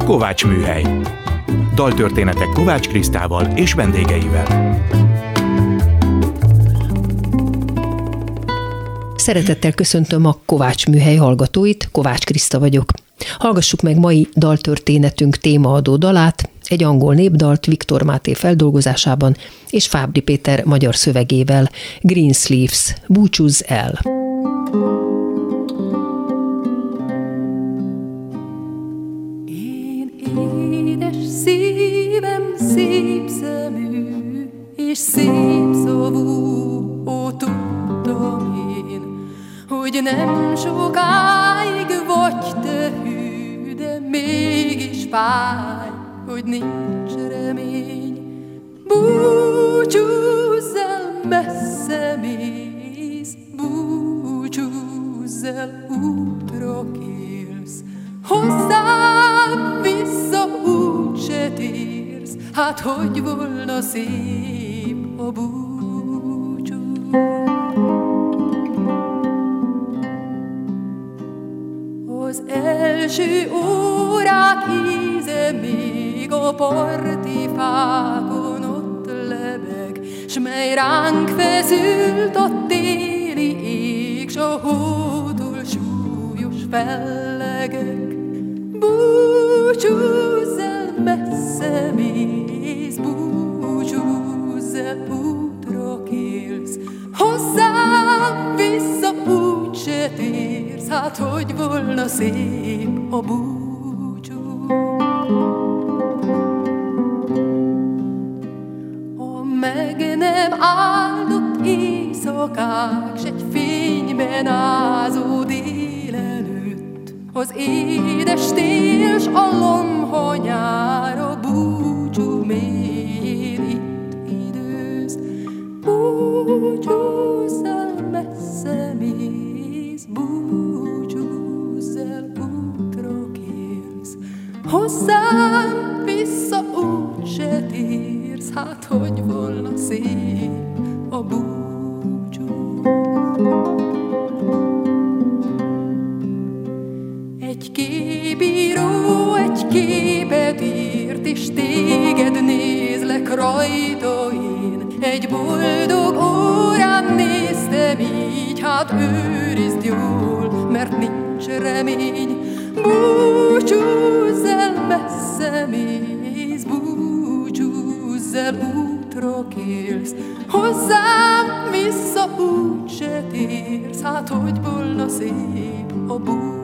Kovács Műhely. Daltörténetek Kovács Krisztával és vendégeivel. Szeretettel köszöntöm a Kovács Műhely hallgatóit, Kovács Kriszta vagyok. Hallgassuk meg mai daltörténetünk témaadó dalát, egy angol népdalt Viktor Máté feldolgozásában és Fábry Péter magyar szövegével, Greensleeves, Búcsúzz el! Én édes szívem szép szemű és szép szavú, ó, tudtam én, hogy nem sokáig vagy te hű, de mégis fáj, hogy nincs remény. Búcsúzz el, messze mész, búcsúzz el, útra kérsz. Hozzám vissza úgyse térsz, hát hogy volna szép a búcsú. Az első órák íze még a parti fákon ott lebeg, s mely ránk feszült a téli ég, s a hótól súlyos fellegek. Búcsúzz el, messze mész, búcsúzz el, útra kérsz. Hozzám vissza úgyse térsz, hát hogy volna szép a búcsú. A meg nem áldott éjszakák, s egy fényben ázó délelőtt, az édes tél s a lomha nyár, a búcsú mélyén itt időz. Búcsúzz el, messze mész, búcsúzz el, útra kérsz. Hozzám vissza úgyse térsz, hát hogy volna szép a búcsú. Egy képíró egy képet írt, és téged nézlek rajta én. Egy boldog órán néztem így, hát őrizd jól, mert nincs remény. Búcsúzz el, messze mész, búcsúzz el, útra kérsz. Hozzám vissza úgyse térsz, hát hogy volna szép a búcsú.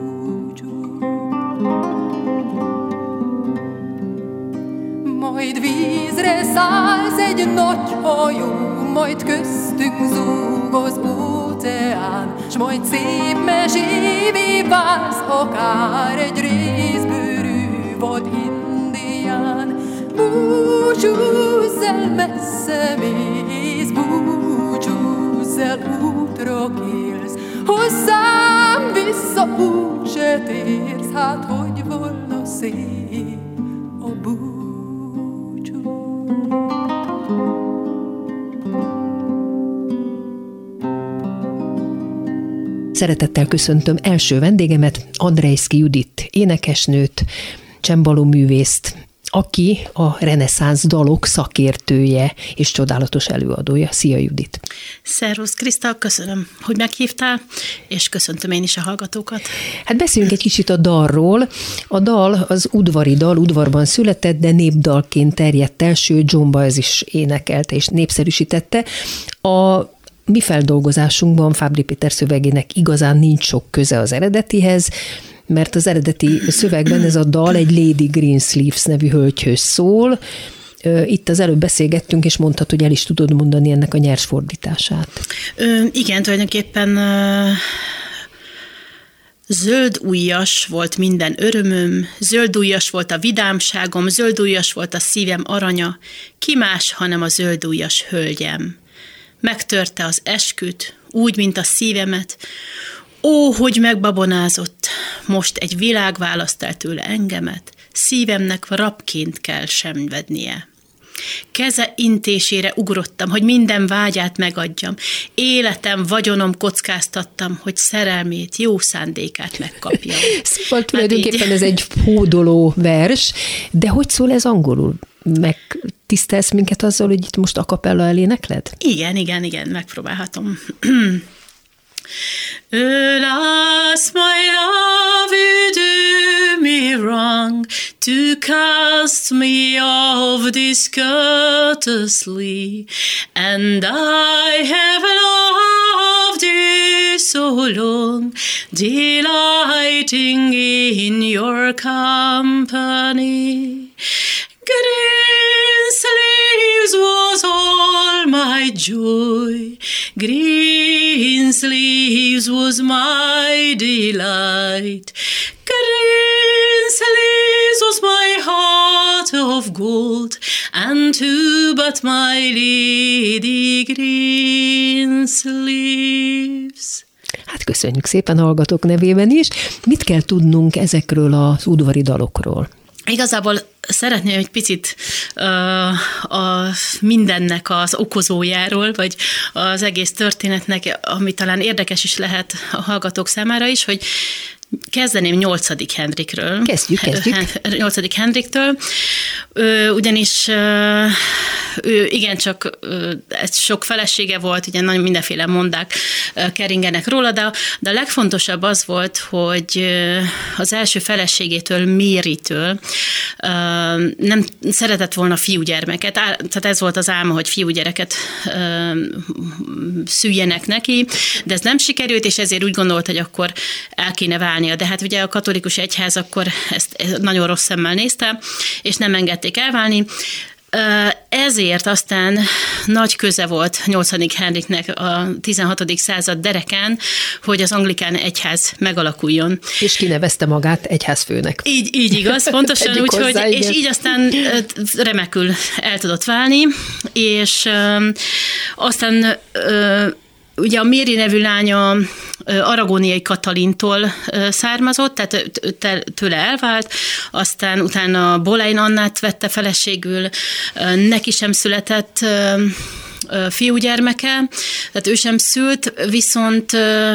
Majd vízre szállsz egy nagy hajó, majd köztünk zúg az óceán, s majd szép mesévé válsz akár egy rézbőrű vad indián. Búcsúzz el, messze mész, búcsúzz el, útra kérsz. Hozzám vissza úgyse térsz, hát hogy volna szép a búcsú. Szeretettel köszöntöm első vendégemet, Andrejszky Judit énekesnőt, csembalóművészt, aki a reneszánsz dalok szakértője és csodálatos előadója. Szia, Judit! Szervusz, Kriszta, köszönöm, hogy meghívtál, és köszöntöm én is a hallgatókat. Hát beszéljünk egy kicsit a dalról. A dal az udvari dal, udvarban született, de népdalként terjedt el, sőt, John Baez is énekelte és népszerűsítette. A mi feldolgozásunkban Fábry Péter szövegének igazán nincs sok köze az eredetihez, mert az eredeti szövegben ez a dal egy Lady Greensleeves nevű hölgyhöz szól. Itt az előbb beszélgettünk, és mondtad, hogy el is tudod mondani ennek a nyers fordítását. Igen, tulajdonképpen zöldujjas volt minden örömöm, zöldujjas volt a vidámságom, zöldujjas volt a szívem aranya, ki más, hanem a zöldujjas hölgyem. Megtörte az esküt, úgy, mint a szívemet. Ó, hogy megbabonázott, most egy világ választ el tőle engemet, szívemnek rabként kell szenvednie. Keze intésére ugrottam, hogy minden vágyát megadjam. Életem, vagyonom kockáztattam, hogy szerelmét, jó szándékát megkapjam. Szóval tulajdonképpen ez egy hódoló vers, de hogy szól ez angolul? Megtisztelsz minket azzal, hogy itt most a cappella elénekled? Igen, megpróbálhatom. Alas, my love, you do me wrong to cast me off discourteously, and I have loved you so long, delighting in your company. Green sleeves was all my joy, green sleeves was my delight, green sleeves was my heart of gold, and who but my lady green sleeves. Hát köszönjük szépen hallgatók nevében is. Mit kell tudnunk ezekről az udvari dalokról? Igazából szeretném egy picit a mindennek az okozójáról, vagy az egész történetnek, ami talán érdekes is lehet a hallgatók számára is, hogy kezdeném 8. Henrikről. Kezdjük. 8. Henriktől, ugyanis ő igencsak sok felesége volt, ugye nagyon mindenféle mondák keringenek róla, de a legfontosabb az volt, hogy az első feleségétől, Méritől nem szeretett volna fiúgyermeket, tehát ez volt az álma, hogy fiúgyereket szüljenek neki, de ez nem sikerült, és ezért úgy gondolt, hogy akkor el kéne válnia. De hát ugye a katolikus egyház akkor ezt nagyon rossz szemmel nézte, és nem engedték elválni. Ezért aztán nagy köze volt 8. Henriknek a 16. század derekán, hogy az anglikán egyház megalakuljon. És kinevezte magát egyházfőnek. Így igaz, pontosan úgyhogy, és így aztán remekül el tudott válni, és aztán ugye a Méri nevű lánya aragóniai Katalintól származott, tehát tőle elvált, aztán utána Boleyn Annát vette feleségül, neki sem született fiúgyermeke, tehát ő sem szült, viszont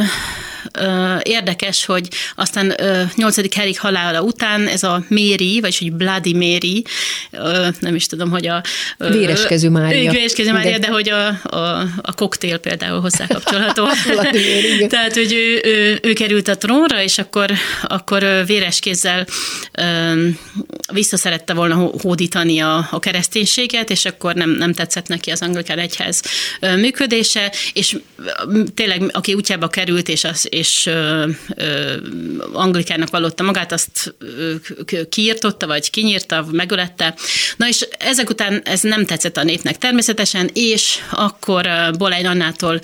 érdekes, hogy aztán 8. Henrik halála után ez a Mary, vagyis hogy Bloody Mary, nem is tudom, hogy a... Véreskező Mária. Véreskező Mária, de hogy a koktél például hozzá kapcsolható. Tehát, hogy ő került a trónra, és akkor véres kézzel visszaszerette volna hódítani a kereszténységet, és akkor nem tetszett neki az anglikán egyház működése, és tényleg, aki útjába került, és anglikának vallotta magát, azt kiirtotta, vagy kinyírta, megölette. Na és ezek után ez nem tetszett a népnek természetesen, és akkor Boleyn Annától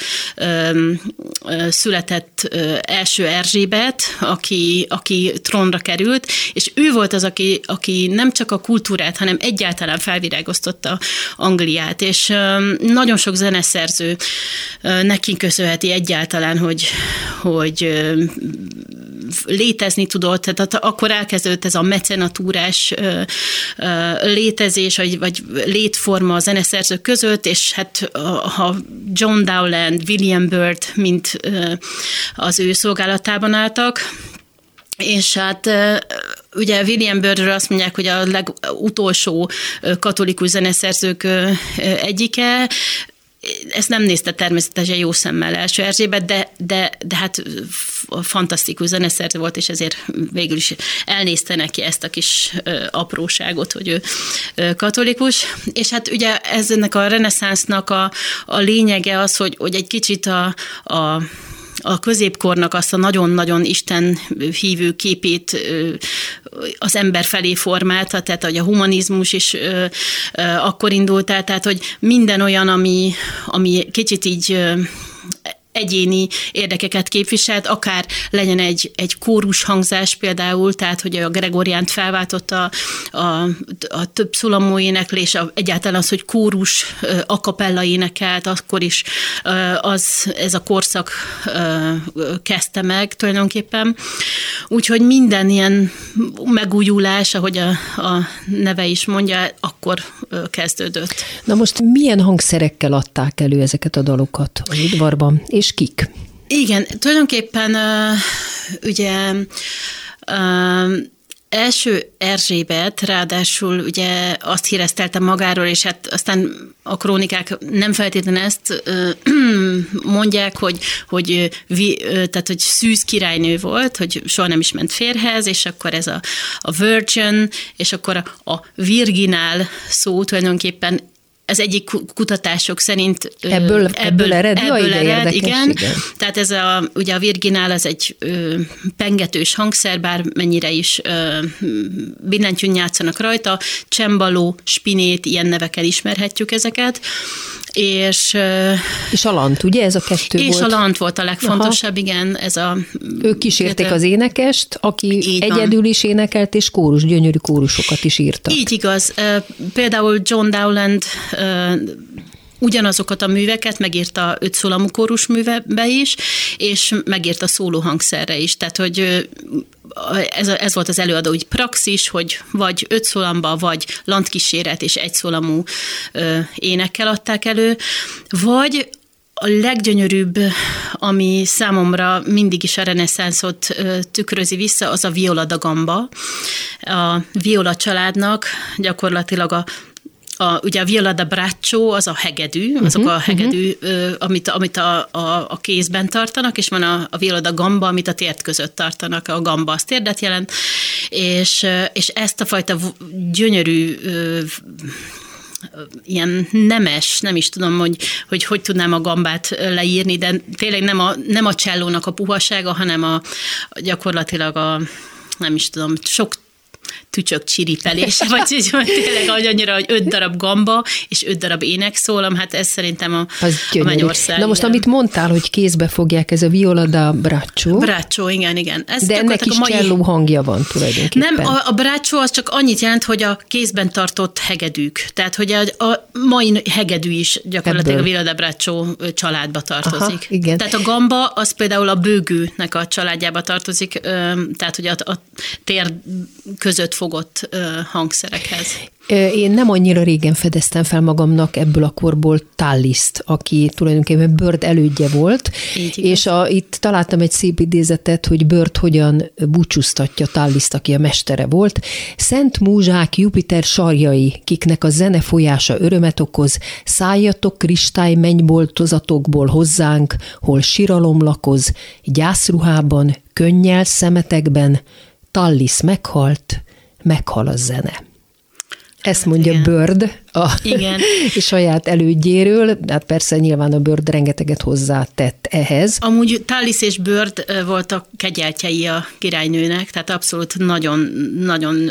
született első Erzsébet, aki trónra került, és ő volt az, aki nem csak a kultúrát, hanem egyáltalán felvirágoztatta Angliát, és nagyon sok zeneszerző neki köszönheti egyáltalán, hogy létezni tudott, tehát akkor elkezdődött ez a mecenatúrás létezés, vagy létforma a zeneszerzők között, és hát ha John Dowland, William Byrd mind az ő szolgálatában álltak, és hát ugye William Byrdről azt mondják, hogy a legutolsó katolikus zeneszerzők egyike. Ezt nem nézte természetesen jó szemmel első Erzsébet, de hát fantasztikus zeneszerző volt, és ezért végül is elnézte neki ezt a kis apróságot, hogy ő katolikus. És hát ugye ennek a reneszánsznak a lényege az, hogy egy kicsit a középkornak azt a nagyon-nagyon Isten hívő képét az ember felé formálta, tehát hogy a humanizmus is akkor indult el, tehát hogy minden olyan, ami kicsit így egyéni érdekeket képviselt, akár legyen egy kórus hangzás például, tehát hogy a Gregoriánt felváltotta a több szólamú éneklés, egyáltalán az, hogy kórus a cappella énekelt, akkor is ez a korszak kezdte meg tulajdonképpen. Úgyhogy minden ilyen megújulás, ahogy a neve is mondja, akkor kezdődött. Na most milyen hangszerekkel adták elő ezeket a dalokat az udvarban, és kik? Igen, tulajdonképpen ugye első Erzsébet ráadásul ugye azt híresztelte magáról, és hát aztán a krónikák nem feltétlenül ezt mondják, hogy szűz királynő volt, hogy soha nem is ment férjhez, és akkor ez a virgin, és akkor a virginál szó tulajdonképpen az egyik kutatások szerint ebből ered, igen. Tehát ez ugye a virginál az egy pengetős hangszer, bár mennyire is billentyűn játszanak rajta, csembaló, spinét, ilyen nevekkel ismerhetjük ezeket. És a lant, ugye ez a kettő és volt? És a lant volt a legfontosabb, igen. Ők kísérték az énekest, aki egyedül is énekelt, és gyönyörű kórusokat is írtak. Így igaz. Például John Dowland ugyanazokat a műveket megírta 5 szólamú kórus művebe is, és megírta szólóhangszerre is. Tehát, hogy ez volt az előadó, hogy praxis, hogy vagy 5 szólamba, vagy lantkíséret és 1 szólamú énekkel adták elő, vagy a leggyönyörűbb, ami számomra mindig is a reneszánszot tükrözi vissza, az a viola da gamba. A viola családnak gyakorlatilag ugye a viola da braccio, az a hegedű, azok a hegedű, amit a kézben tartanak, és van a viola da gamba, amit a tért között tartanak, a gamba az térdet jelent, és ezt a fajta gyönyörű ilyen nemes, nem is tudom, hogy tudnám a gambát leírni, de tényleg nem a csellónak a puhasága, hanem gyakorlatilag nem is tudom, sok tücsök csiripelése, vagy tényleg annyira, hogy 5 darab gamba és 5 darab énekszólam, hát ez szerintem a mennyország. Na most, amit mondtál, hogy kézbe fogják, ez a viola da braccio. Braccio, igen. De ennek is cselló hangja van tulajdonképpen. Nem, a braccio az csak annyit jelent, hogy a kézben tartott hegedűk. Tehát, hogy a mai hegedű is gyakorlatilag a viola da braccio családba tartozik. Aha, igen. Tehát a gamba az például a bőgőnek a családjába tartozik, tehát, hogy a tér között fogott hangszerekhez. Én nem annyira régen fedeztem fel magamnak ebből a korból Talliszt, aki tulajdonképpen Byrd elődje volt, és itt találtam egy szép idézetet, hogy Byrd hogyan búcsúztatja Talliszt, aki a mestere volt. Szent múzsák, Jupiter sarjai, kiknek a zene folyása örömet okoz, szálljatok kristály mennyboltozatokból hozzánk, hol siralom lakoz, gyászruhában, könnyel szemetekben, Tallis meghal a zene. Ezt mondja Byrd a saját elődjéről, hát persze nyilván a Byrd rengeteget hozzátett ehhez. Amúgy Tallis és Byrd voltak kegyeltjei a királynőnek, tehát abszolút nagyon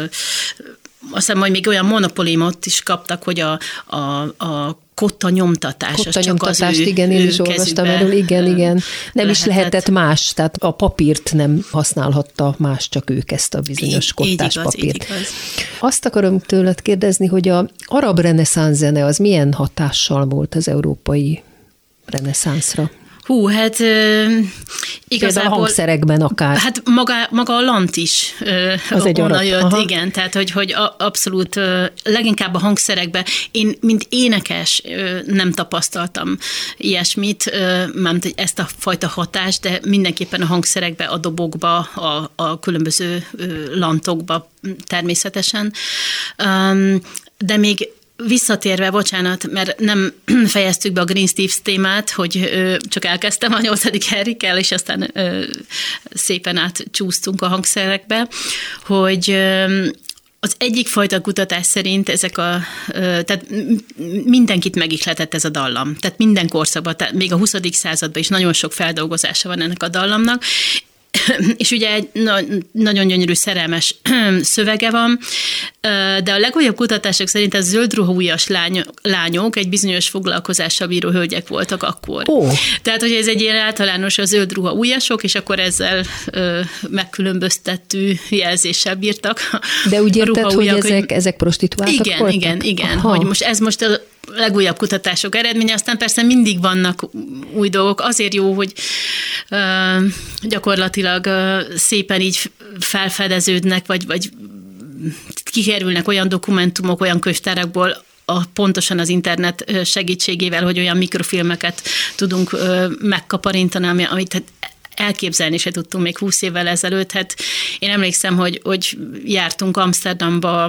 azt hiszem, hogy még olyan monopóliumot is kaptak, hogy a kotta nyomtatás, az csak az ő igen, én is olvastam erről, igen. Nem is lehetett más, tehát a papírt nem használhatta más, csak ők ezt a bizonyos kottás papírt. Azt akarom tőled kérdezni, hogy az arab reneszánsz zene az milyen hatással volt az európai reneszánszra? Hát igazából... a hangszerekben akár. Hát maga a lant is onnan jött, igen, tehát hogy abszolút leginkább a hangszerekben. Én, mint énekes nem tapasztaltam ilyesmit, mármint ezt a fajta hatást, de mindenképpen a hangszerekbe, a dobokba, a különböző lantokba természetesen. De még visszatérve, bocsánat, mert nem fejeztük be a Green Steves témát, hogy csak elkezdtem a 8. Henrikkel, és aztán szépen átcsúsztunk a hangszerekbe, hogy az egyik fajta kutatás szerint tehát mindenkit megihletett ez a dallam. Tehát minden korszakban, még a 20. században is nagyon sok feldolgozása van ennek a dallamnak, és ugye egy nagyon gyönyörű, szerelmes szövege van, de a legújabb kutatások szerint a zöldruhaújas lányok egy bizonyos foglalkozással bíró hölgyek voltak akkor. Tehát, hogy ez egy ilyen általános a zöldruhaújasok, és akkor ezzel megkülönböztető jelzéssel bírtak. De úgy érted, hogy ezek prostituáltak voltak? Igen. Hogy ez most a legújabb kutatások eredménye, aztán persze mindig vannak új dolgok. Azért jó, hogy gyakorlatilag szépen így felfedeződnek, vagy kikerülnek olyan dokumentumok, olyan könyvtárakból, pontosan az internet segítségével, hogy olyan mikrofilmeket tudunk megkaparintani, amit elképzelni se tudtunk még 20 évvel ezelőtt. Hát én emlékszem, hogy jártunk Amsterdamba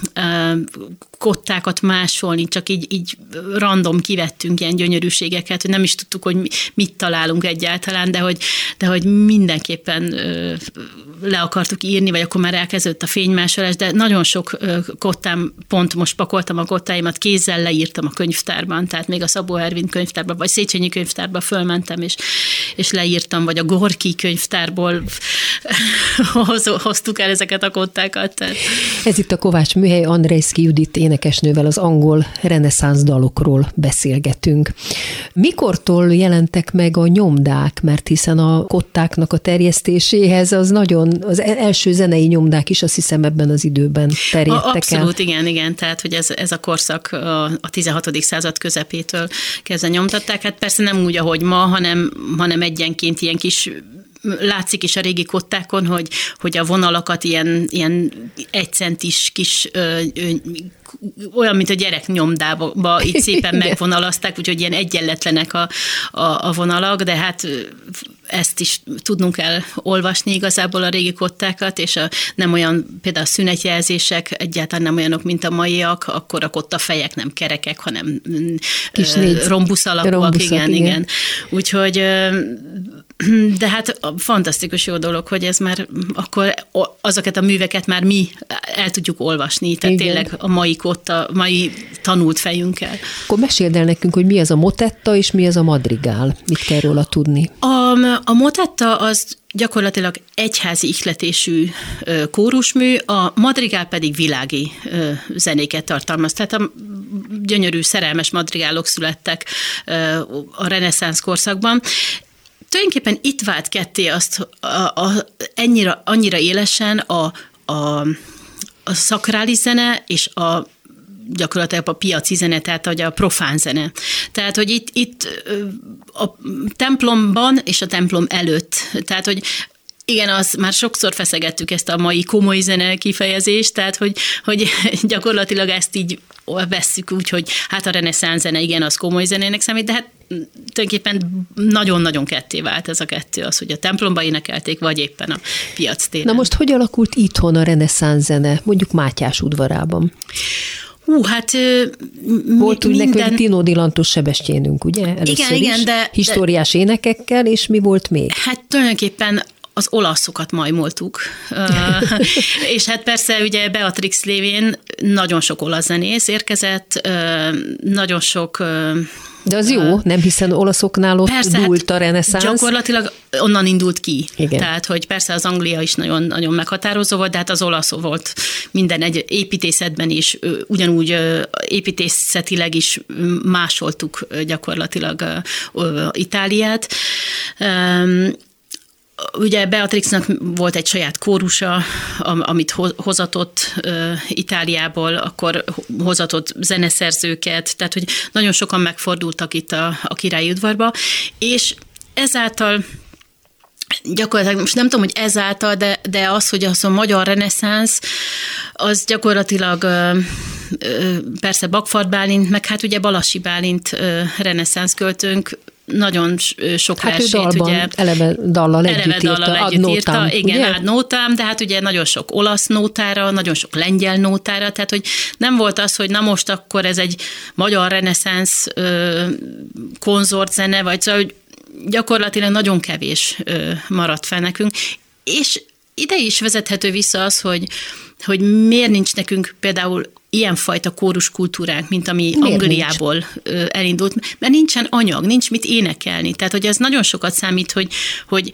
kottákat másolni, csak így random kivettünk ilyen gyönyörűségeket, hogy nem is tudtuk, hogy mit találunk egyáltalán, de hogy mindenképpen le akartuk írni, vagy akkor már elkezdődött a fénymásolás, de nagyon sok kottám, pont most pakoltam a kottáimat, kézzel leírtam a könyvtárban, tehát még a Szabó Ervin könyvtárban, vagy Széchenyi könyvtárban fölmentem, és leírtam, vagy a Gorki könyvtárból hoztuk el ezeket a kottákat. Tehát. Ez itt a Kovács Műhely, Andrejszki Judit énekesnővel az angol reneszánsz dalokról beszélgetünk. Mikortól jelentek meg a nyomdák, mert hiszen a kottáknak a terjesztéséhez az első zenei nyomdák is, azt hiszem, ebben az időben terjedtek Abszolút, igen, tehát hogy ez a korszak a 16. század közepétől kezdve nyomtatták. Hát persze nem úgy, ahogy ma, hanem egyenként ilyen kis, látszik is a régi kottákon, hogy a vonalakat ilyen 1 centis kis olyan, mint a gyereknyomdába így szépen megvonalazták, úgyhogy ilyen egyenletlenek a vonalak, de hát ezt is tudnunk kell olvasni igazából a régi kottákat, és nem olyan, például a szünetjelzések egyáltalán nem olyanok, mint a maiak, akkor a kottafejek nem kerekek, hanem rombusz alakúak, igen. Úgyhogy de hát fantasztikus jó dolog, hogy ez már akkor azokat a műveket már mi el tudjuk olvasni, tehát tényleg a mai tanult fejünkkel. Akkor meséld el nekünk, hogy mi az a motetta és mi az a madrigál. Mit kell róla tudni? A motetta az gyakorlatilag egyházi ihletésű kórusmű, a madrigál pedig világi zenéket tartalmaz. Tehát a gyönyörű, szerelmes madrigálok születtek a reneszánsz korszakban. Tulajdonképpen itt vált ketté azt annyira élesen a szakrális zene és gyakorlatilag a piaci zene, tehát a profán zene. Tehát, hogy itt a templomban és a templom előtt, tehát, hogy igen, az már sokszor feszegettük ezt a mai komoly zene kifejezést, tehát, hogy gyakorlatilag ezt így vesszük úgy, hogy hát a reneszánsz zene, igen, az komoly zenének számít, de hát tulajdonképpen nagyon-nagyon ketté vált ez a kettő, az, hogy a templomba énekelték, vagy éppen a piac téren. Na most hogy alakult itthon a reneszánsz zene, mondjuk Mátyás udvarában? Hát volt úgy nekünk Tino Dilantos Sebestyénünk, ugye? Először igen, de históriás énekekkel, és mi volt még? Hát tulajdonképpen az olaszokat majmoltuk. És hát persze ugye Beatrix lévén nagyon sok olasz zenész érkezett, nagyon sok... De az jó, nem, hiszen olaszoknál ott dúlt a reneszánsz. Gyakorlatilag onnan indult ki. Igen. Tehát, hogy persze az Anglia is nagyon, nagyon meghatározó volt, de hát az olasz volt minden egy építészetben is, ugyanúgy építészetileg is másoltuk gyakorlatilag Itáliát. Ugye Beatrixnak volt egy saját kórusa, amit hozatott Itáliából, akkor hozatott zeneszerzőket, tehát hogy nagyon sokan megfordultak itt a királyi udvarba, és ezáltal gyakorlatilag, most nem tudom, hogy ezáltal, de az, hogy az a magyar reneszánsz, az gyakorlatilag persze Bakfard Bálint, meg hát ugye Balassi Bálint reneszánsz költőnk, nagyon sok versét, ugye... Eleve dallal együtt írta. Igen, ad notam, de hát ugye nagyon sok olasz nótára, nagyon sok lengyel nótára, tehát hogy nem volt az, hogy na most akkor ez egy magyar reneszánsz konzortzene, vagy szóval, hogy gyakorlatilag nagyon kevés maradt fel nekünk, és ide is vezethető vissza az, hogy miért nincs nekünk például ilyenfajta kóruskultúránk, mint ami Angliából elindult, mert nincsen anyag, nincs mit énekelni. Tehát, hogy ez nagyon sokat számít, hogy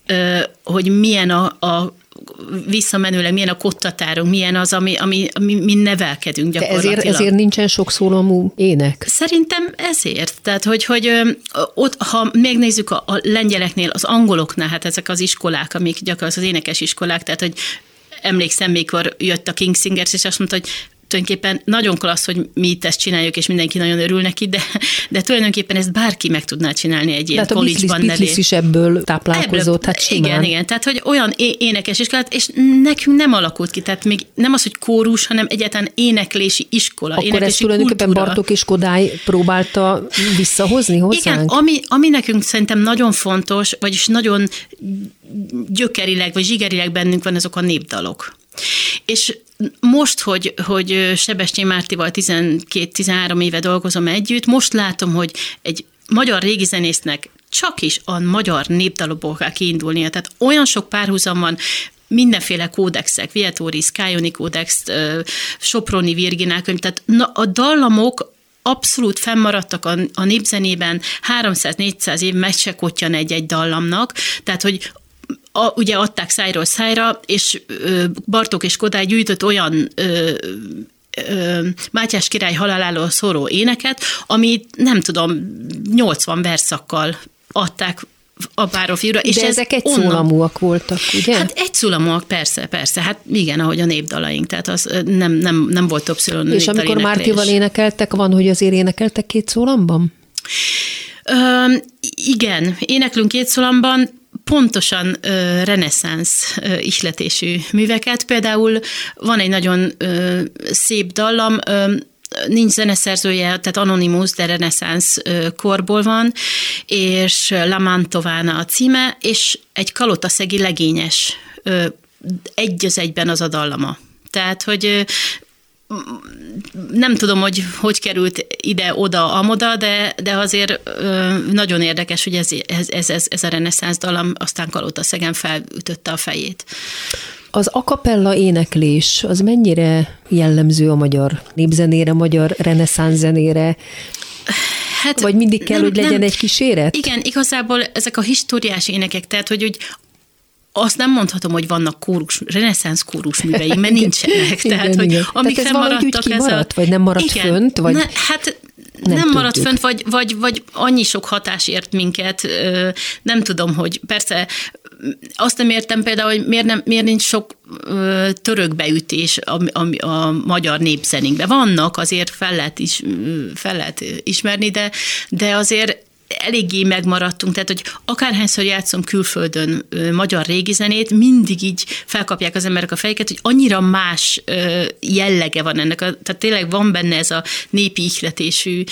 hogy milyen a visszamenőleg, milyen a kottatárunk, milyen az, ami mi nevelkedünk gyakorlatilag. De ezért nincsen sokszólamú ének? Szerintem ezért. Tehát, hogy ott, ha megnézzük a lengyeleknél, az angoloknál, hát ezek az iskolák, amik gyakorlatilag az énekes iskolák, tehát, hogy emlékszem, mikor jött a King Singers, és azt mondta, hogy tulajdonképpen nagyon klassz, hogy mi itt ezt csináljuk, és mindenki nagyon örül neki, de tulajdonképpen ezt bárki meg tudná csinálni egy ilyen college-ban. Tehát a Beatles is ebből táplálkozott, hát simán. Igen, tehát hogy olyan énekes iskolát, és nekünk nem alakult ki, tehát még nem az, hogy kórus, hanem egyáltalán éneklési iskola. Akkor ezt tulajdonképpen Bartók és Kodály próbálta visszahozni hozzánk? Igen, ami nekünk szerintem nagyon fontos, vagyis nagyon gyökerileg, vagy zsigerileg bennünk van, azok a népdalok. És most, hogy Sebestyén Mártival 12-13 éve dolgozom együtt, most látom, hogy egy magyar régi zenésznek csak is a magyar népdalokból kell kiindulnia. Tehát olyan sok párhuzam van, mindenféle kódexek, Viatori, Scioni kódex, Soproni Virginál könyv, tehát a dallamok abszolút fennmaradtak a népzenében, 300-400 év meg se kottyan egy dallamnak, tehát hogy ugye adták szájról szájra, és Bartók és Kodály gyűjtött olyan Mátyás király haláláról szóló éneket, amit nem tudom, 80 versszakkal adták apáról fiúra. És de ezek egyszólamúak voltak, ugye? Hát egyszólamúak, persze. Hát igen, ahogy a népdalaink, tehát az nem volt többször népdal és amikor Mártival énekeltek, van, hogy azért énekeltek két szólamban? Igen, éneklünk két szólamban, pontosan reneszánsz ihletésű műveket. Például van egy nagyon szép dallam, nincs zeneszerzője, tehát anonimus, de reneszánsz korból van, és La Mantovana a címe, és egy kalotaszegi legényes, egy az egyben az a dallama. Tehát, hogy nem tudom, hogy került ide-oda, amoda, de azért nagyon érdekes, hogy ez a reneszánsz dallam aztán Kalotaszegen felütötte a fejét. Az a cappella éneklés, az mennyire jellemző a magyar népzenére, magyar reneszánsz zenére? Hát, vagy mindig kell, hogy legyen egy kíséret? Igen, igazából ezek a históriás énekek, tehát, hogy azt nem mondhatom, hogy vannak reneszánsz kórus műveim, mert nincsenek. Tehát, hogy amik fennmaradtak, vagy nem maradt fönt? Vagy nem maradt fönt, vagy annyi sok hatás ért minket. Nem tudom, hogy persze azt nem értem például, hogy miért nincs sok török beütés a magyar népzenénkben. Vannak, azért fel lehet ismerni, de azért eléggé megmaradtunk, tehát, hogy akárhányszor játszom külföldön magyar régi zenét, mindig így felkapják az emberek a fejüket, hogy annyira más jellege van ennek, tehát tényleg van benne ez a népi ihletésű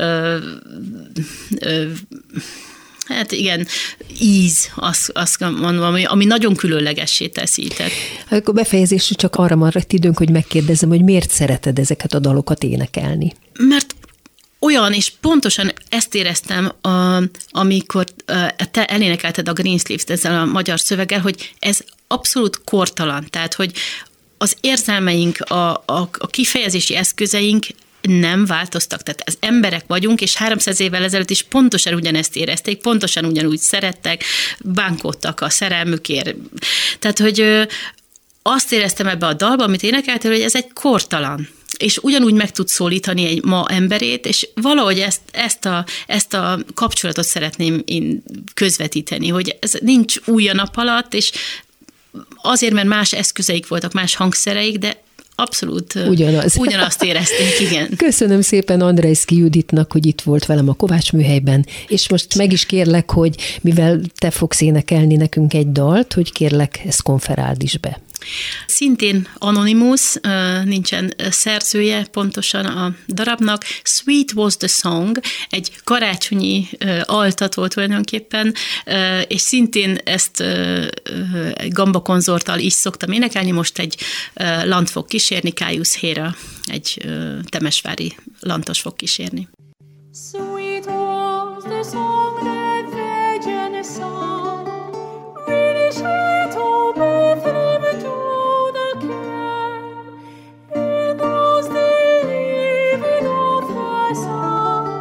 hát igen, íz, azt mondom, ami nagyon különlegessé teszi. Akkor befejezésre csak arra maradt időnk, hogy megkérdezem, hogy miért szereted ezeket a dalokat énekelni? Mert olyan, és pontosan ezt éreztem, amikor te elénekelted a Greensleeves-t ezzel a magyar szöveggel, hogy ez abszolút kortalan, tehát, hogy az érzelmeink, a kifejezési eszközeink nem változtak. Tehát az emberek vagyunk, és 300 évvel ezelőtt is pontosan ugyanezt érezték, pontosan ugyanúgy szerettek, bánkódtak a szerelmükért. Tehát, hogy azt éreztem ebbe a dalba, amit énekeltél, hogy ez egy kortalan, és ugyanúgy meg tud szólítani egy ma emberét, és valahogy ezt a kapcsolatot szeretném én közvetíteni, hogy ez nincs új a nap alatt, és azért, mert más eszközeik voltak, más hangszereik, de abszolút ugyanazt érezték, igen. Köszönöm szépen Andrejszky Juditnak, hogy itt volt velem a Kovács Műhelyben, és most meg is kérlek, hogy mivel te fogsz énekelni nekünk egy dalt, hogy kérlek, ezt konferáld is be. Szintén anonimus, nincsen szerzője pontosan a darabnak. Sweet was the song, egy karácsonyi altató tulajdonképpen, és szintén ezt egy gambakonzorttal is szoktam énekelni, most egy lant fog kísérni, Caius Héra, egy temesvári lantos fog kísérni. Sweet was the song that virgin sang, really sweet, oh Bethlehem to the camp. And rose the leaving of the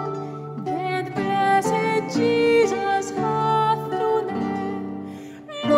sun, that blessed Jesus hath to them.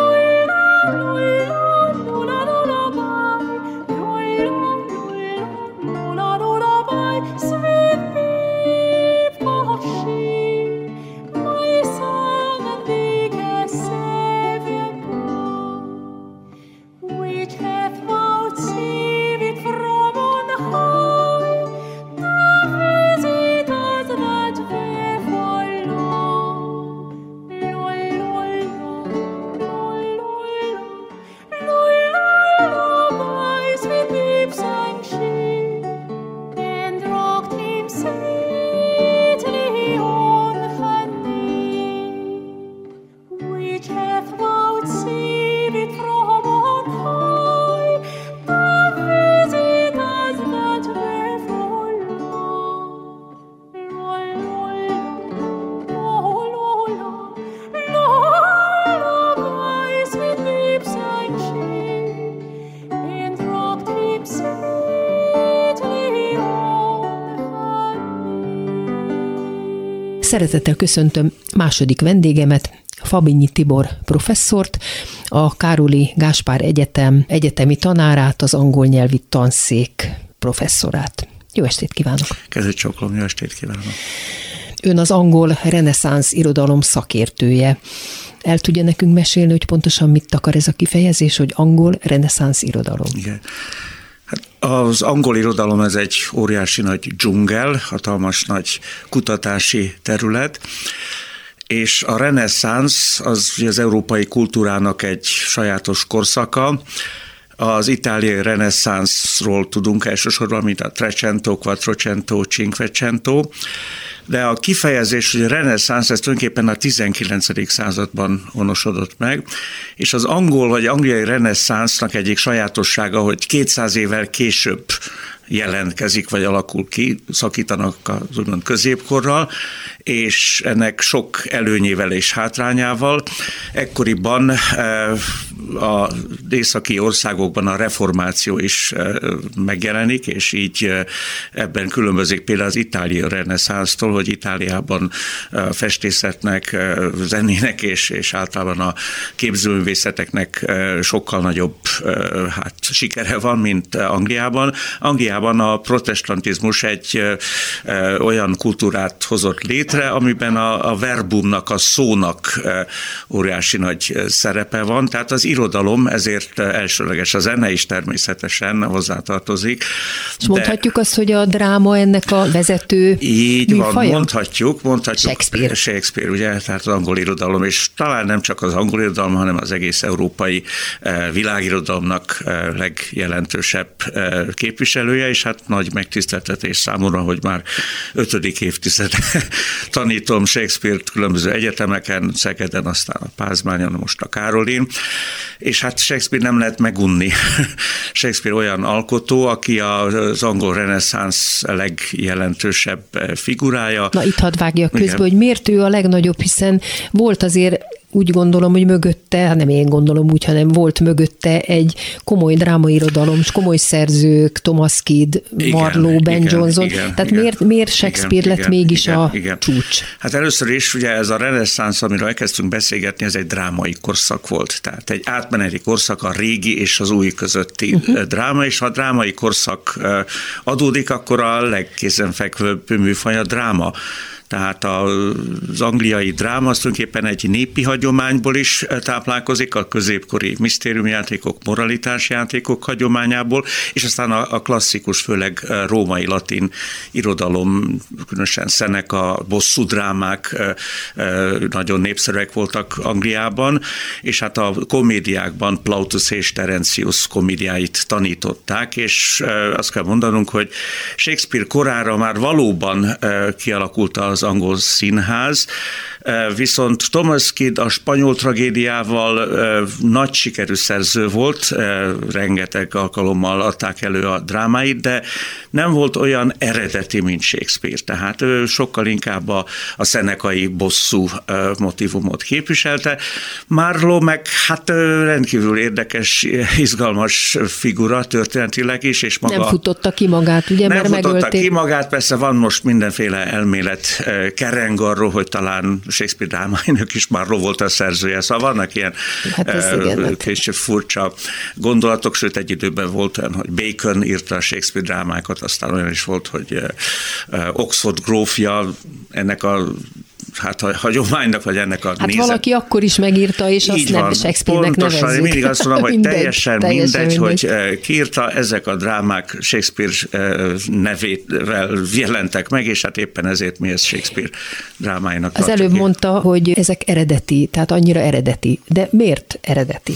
Szeretettel köszöntöm második vendégemet, Fabinyi Tibor professzort, a Károli Gáspár Egyetem egyetemi tanárát, az angol nyelvi tanszék professzorát. Jó estét kívánok! Kezet csókolom, jó estét kívánok! Ön az angol reneszánsz irodalom szakértője. El tudja nekünk mesélni, hogy pontosan mit akar ez a kifejezés, hogy angol reneszánsz irodalom? Igen. Hát az angol irodalom ez egy óriási nagy dzsungel, hatalmas nagy kutatási terület, és a reneszánsz az az európai kultúrának egy sajátos korszaka. Az itáliai reneszánszról tudunk elsősorban, mint a Trecento, Quattrocento, Cinquecento, de a kifejezés, hogy a reneszánsz, ez tulajdonképpen a 19. században honosodott meg, és az angol vagy angliai reneszánsznak egyik sajátossága, hogy 200 évvel később jelentkezik, vagy alakul ki, szakítanak az úgymond középkorral, és ennek sok előnyével és hátrányával. Ekkoriban az északi országokban a reformáció is megjelenik, és így ebben különbözik például az itáliai reneszánsztól, hogy Itáliában festészetnek, zenének és általában a képzőművészeteknek sokkal nagyobb sikere van, mint Angliában. Angliában a protestantizmus egy olyan kultúrát hozott létre, amiben a verbumnak, a szónak óriási nagy szerepe van, tehát az irodalom ezért elsőleges, a zene is természetesen hozzátartozik. És mondhatjuk azt, hogy a dráma ennek a vezető így műfaja? Van, mondhatjuk. Shakespeare, ugye, tehát az angol irodalom, és talán nem csak az angol irodalom, hanem az egész európai világirodalomnak legjelentősebb képviselője, és hát nagy megtiszteltetés számomra, hogy már 5. évtized tanítom Shakespeare-t különböző egyetemeken, Szegeden, aztán a Pázmányon, most a Károlin, és hát Shakespeare nem lehet megunni. Shakespeare olyan alkotó, aki az angol reneszánsz legjelentősebb figurája. Na itt hadd vágjak közbe, hogy miért ő a legnagyobb, hiszen volt azért úgy gondolom, hogy mögötte, nem én gondolom úgy, hanem volt mögötte egy komoly drámairodalom, és komoly szerzők, Thomas Kidd, Marlowe, Ben Jonson. Tehát miért Shakespeare lett mégis a csúcs? Hát először is ugye ez a reneszánsz, amiről elkezdtünk beszélgetni, ez egy drámai korszak volt. Tehát egy átmeneti korszak a régi és az új közötti dráma, és ha a drámai korszak adódik, akkor a legkézenfekvőbb műfaj a dráma. Tehát az angliai dráma az tulajdonképpen egy népi hagyományból is táplálkozik, a középkori misztériumjátékok, moralitásjátékok hagyományából, és aztán a klasszikus, főleg római latin irodalom, különösen Seneca, bosszú drámák nagyon népszerűek voltak Angliában, és hát a komédiákban Plautus és Terentius komédiáit tanították, és azt kell mondanunk, hogy Shakespeare korára már valóban kialakult az angol színház, viszont Thomas Kidd a spanyol tragédiával nagy sikerű szerző volt, rengeteg alkalommal adták elő a drámáit, de nem volt olyan eredeti, mint Shakespeare, tehát ő sokkal inkább a szenecai bosszú motivumot képviselte. Marlowe meg hát rendkívül érdekes, izgalmas figura történetileg is, és maga... Nem futotta ki magát, ugye, mert megölték. Nem futotta ki magát, persze van most mindenféle elmélet kereng arról, hogy talán Shakespeare drámáinak is Marlowe volt a szerzője, szóval vannak ilyen kicsit furcsa gondolatok, sőt egy időben volt olyan, hogy Bacon írta a Shakespeare drámákat, aztán olyan is volt, hogy Oxford grófja ennek a hagyománynak, vagy ennek a nézet. Valaki akkor is megírta, és azt nem Shakespeare-nek nevezzük. Pontosan, mindig azt mondom, hogy teljesen mindegy, hogy kiírta, ezek a drámák Shakespeare nevével jelentek meg, és hát éppen ezért mi ezt Shakespeare drámáinak tartjuk. Az előbb mondta, hogy ezek eredeti, tehát annyira eredeti. De miért eredeti?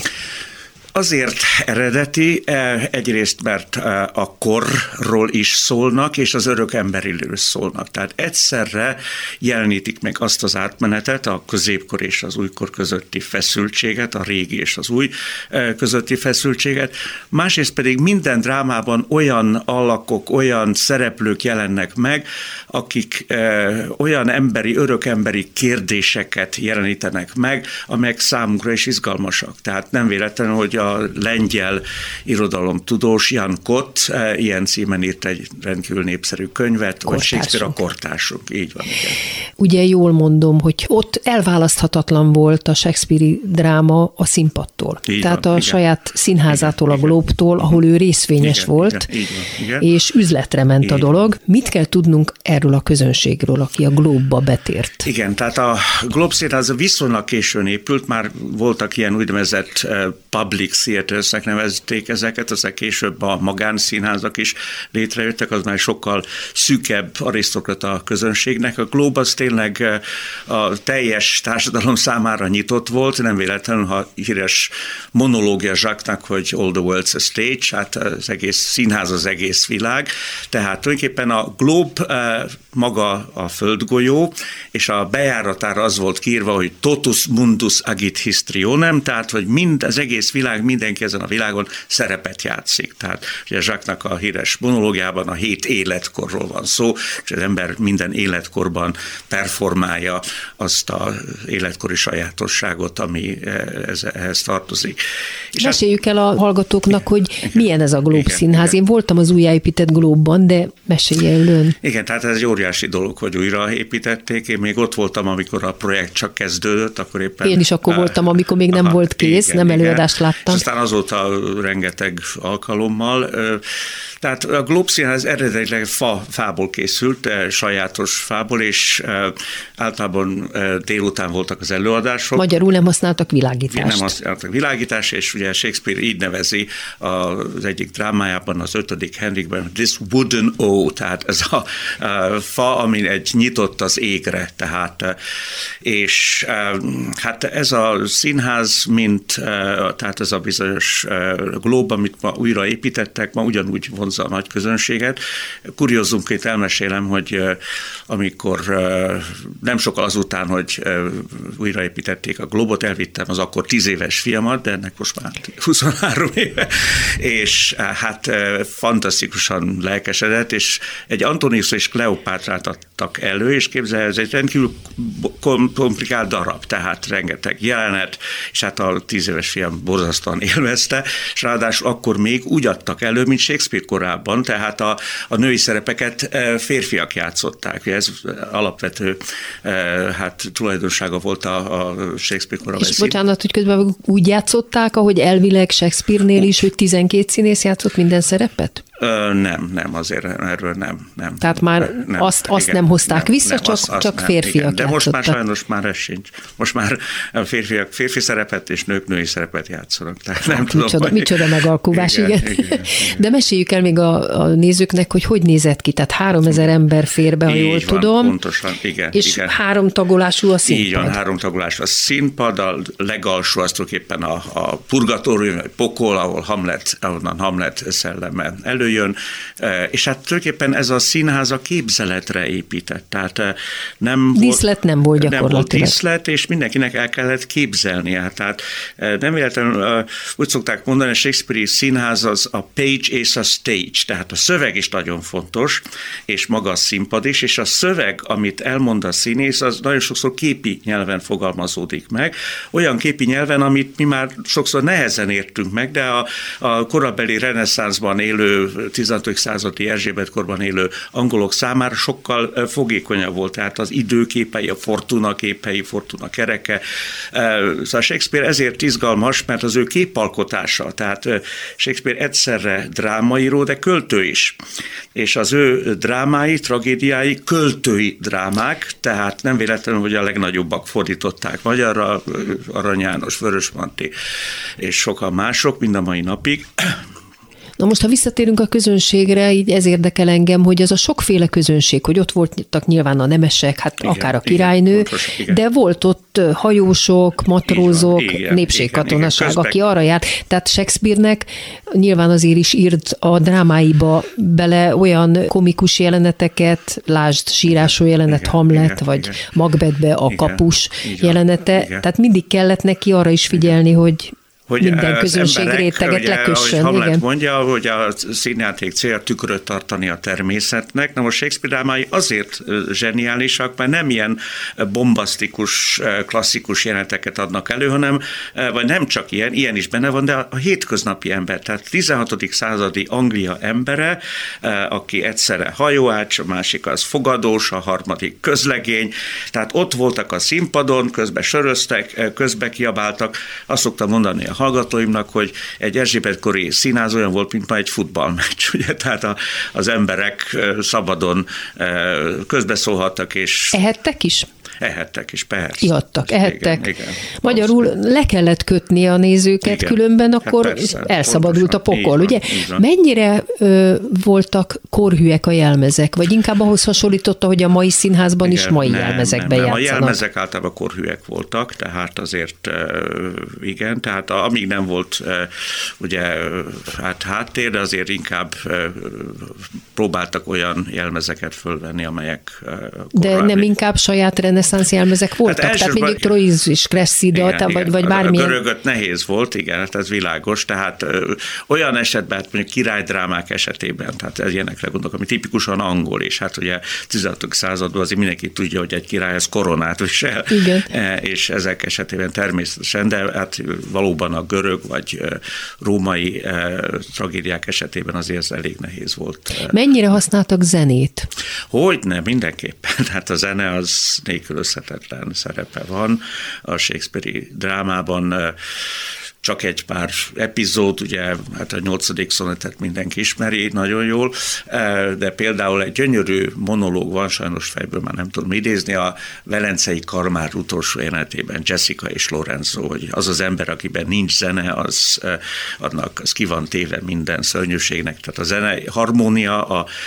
Azért eredeti, egyrészt, mert a korról is szólnak, és az örök emberiről szólnak. Tehát egyszerre jelenítik meg azt az átmenetet, a középkor és az újkor közötti feszültséget, a régi és az új közötti feszültséget. Másrészt pedig minden drámában olyan alakok, olyan szereplők jelennek meg, akik olyan örök emberi kérdéseket jelenítenek meg, amelyek számunkra is izgalmasak. Tehát nem véletlenül, hogy a lengyel irodalomtudós Jan Kott ilyen címen írt egy rendkívül népszerű könyvet, hogy Shakespeare a kortársunk. Így van, igen. Ugye jól mondom, hogy ott elválaszthatatlan volt a Shakespeare-i dráma a színpadtól. Így Tehát van, a igen. saját színházától, Igen, a Glóbtól, ahol ő részvényes igen, volt, igen, így van, igen. és üzletre ment a Így dolog. Mit kell tudnunk erről a közönségről, aki a Glóbba betért? Igen, tehát a Globe Színház viszonylag későn épült, már voltak ilyen úgynevezett public theatersnek nevezték ezeket, aztán később a magánszínházak is létrejöttek, az már sokkal szűkebb arisztokrata közönségnek. A Globe az tényleg a teljes társadalom számára nyitott volt, nem véletlenül, ha híres monológia Jacquesnak, hogy all the world's a stage, hát az egész színház az egész világ, tehát tulajdonképpen a Globe maga a földgolyó, és a bejáratára az volt kiírva, hogy totus mundus agit histrionem, tehát hogy az egész világ, mindenki ezen a világon szerepet játszik. Tehát ugye Jacquesnak a híres monológiában a 7 életkorról van szó, és az ember minden életkorban performálja azt az életkori sajátosságot, ami ehhez tartozik. És Meséljük el a hallgatóknak, hogy milyen ez a Globe Igen, Színház. igen. Én voltam az újjáépített Globe-ban, de mesélj el ön. Igen, tehát ez egy óriási dolog, hogy újraépítették. Én még ott voltam, amikor a projekt csak kezdődött, akkor éppen... Én is akkor voltam, amikor még nem volt kész, nem előadást láttam. És aztán azóta rengeteg alkalommal. Tehát a Globe Színház eredetileg fából készült, sajátos fából, és általában délután voltak az előadások. Magyarul nem használtak világítást. Nem használtak világítást, és ugye Shakespeare így nevezi az egyik drámájában, az 5. Henrikben, this wooden O, tehát ez a fa, ami egy nyitott az égre, tehát, és hát ez a színház, tehát ez a bizonyos Globe, amit ma újra építettek, ma ugyanúgy vonzza a nagy közönséget. Kuriózumként elmesélem, hogy amikor nem sokkal azután, hogy újraépítették a Globot, elvittem az akkor 10 éves fiamat, de ennek most már 23 éve, és hát fantasztikusan lelkesedett, és egy Antonius és Kleopátrát adtak elő, és képzelj, ez egy rendkívül komplikált darab, tehát rengeteg jelenet, és hát a 10 éves fiam borzasztóan élvezte, és ráadásul akkor még úgy adtak elő, mint Shakespeare korábban, tehát a női szerepeket férfiak játszották. Ez alapvető hát tulajdonsága volt a Shakespeare korában. És bocsánat, hogy közben úgy játszották, ahogy elvileg Shakespeare-nél is, hogy 12 színész játszott minden szerepet? Nem, azért erről nem. Tehát már azt nem hozták vissza, csak férfiak igen, de most már játszottak. sajnos már ez sincs. Most már férfiak férfi szerepet és nők női szerepet játszanak. Tehát nem tudom, micsoda megalkuvás, igen. De meséljük el még a nézőknek, hogy nézett ki. Tehát 3000 ember fér be, ha jól tudom. Pontosan, igen. És igen. 3 tagolású a színpad. Így van, 3 tagolású a színpad, a legalsó az tulajdonképpen a purgatórium, vagy pokol, ahonnan Hamlet szelleme előjön, és hát tulajdonképpen ez a színház a képzeletre épített, tehát díszlet nem volt gyakorlatilag. Nem volt díszlet, és mindenkinek el kellett képzelnie, tehát nem véletlenül úgy szokták mondani, a Shakespeare-i színház az a page és a stage, tehát a szöveg is nagyon fontos, és maga a színpad is, és a szöveg, amit elmond a színész, az nagyon sokszor képi nyelven fogalmazódik meg, olyan képi nyelven, amit mi már sokszor nehezen értünk meg, de a korabeli reneszánszban élő 16. századi Erzsébet-korban élő angolok számára sokkal fogékonyabb volt, tehát az időképei, a fortuna képei, fortuna kereke. Szóval Shakespeare ezért izgalmas, mert az ő képalkotása, tehát Shakespeare egyszerre drámaíró, de költő is. És az ő drámái, tragédiái költői drámák, tehát nem véletlenül, hogy a legnagyobbak fordították magyarra, Arany János, Vörösmarty és sokan mások, mind a mai napig. Na most, ha visszatérünk a közönségre, így ez érdekel engem, hogy az a sokféle közönség, hogy ott voltak nyilván a nemesek, hát igen, akár a királynő, igen. De volt ott hajósok, matrózok, népségkatonaság, aki arra járt. Tehát Shakespeare-nek nyilván azért is írt a drámáiba bele olyan komikus jeleneteket, lásd sírásó jelenet, igen, Hamlet, igen, vagy Macbethbe a kapus jelenete. Igen. Tehát mindig kellett neki arra is figyelni, hogy minden közönségréteget lekössön. Ahogy Hamlet mondja, hogy a színjáték célja tükröt tartani a természetnek. Na most Shakespeare drámái azért zseniálisak, mert nem ilyen bombasztikus, klasszikus jeleneteket adnak elő, hanem, vagy nem csak ilyen is benne van, de a hétköznapi ember, tehát 16. századi Anglia embere, aki egyszerre hajóács, a másik az fogadós, a harmadik közlegény, tehát ott voltak a színpadon, közben söröztek, közben kiabáltak. Azt szoktam mondani a hallgatóimnak, hogy egy Erzsébet-kori színház olyan volt, mint ma egy futballmeccs, ugye? Tehát az emberek szabadon közbeszólhattak, és... Ehettek is? Ehettek is, persze. Ihattak, ehettek. Igen, Magyarul le kellett kötni a nézőket, igen. Különben akkor persze, elszabadult pontosan. A pokol, ugye? Mennyire voltak korhűek a jelmezek, vagy inkább ahhoz hasonlította, hogy a mai színházban igen, is mai jelmezekben játszanak? A jelmezek általában korhűek voltak, tehát azért igen, tehát amíg nem volt ugye háttér, de azért inkább próbáltak olyan jelmezeket fölvenni, amelyek de nem inkább saját reneszánsz jelmezek voltak? Hát tehát mindig Troyes és Cressida, vagy bármilyen... A görögöt nehéz volt, igen, hát ez világos, tehát olyan esetben, hát mondjuk királydrámák esetében, tehát ilyenekre gondolok, ami tipikusan angol, és hát ugye 16. században azért mindenki tudja, hogy egy király az koronát visel, és ezek esetében természetesen, de hát valóban a görög vagy római tragédiák esetében azért ez elég nehéz volt. Mennyire használtak zenét? Hogyne, mindenképpen. Hát a zene az nélkülözhetetlen szerepe van a Shakespeare-i drámában. Csak egy pár epizód, ugye, hát a 8. szonetet mindenki ismeri nagyon jól, de például egy gyönyörű monológ van, sajnos fejből már nem tudom idézni, a Velencei Karmár utolsó jelenetében Jessica és Lorenzo, hogy az az ember, akiben nincs zene, az ki van téve minden szörnyűségnek. Tehát a zene harmónia,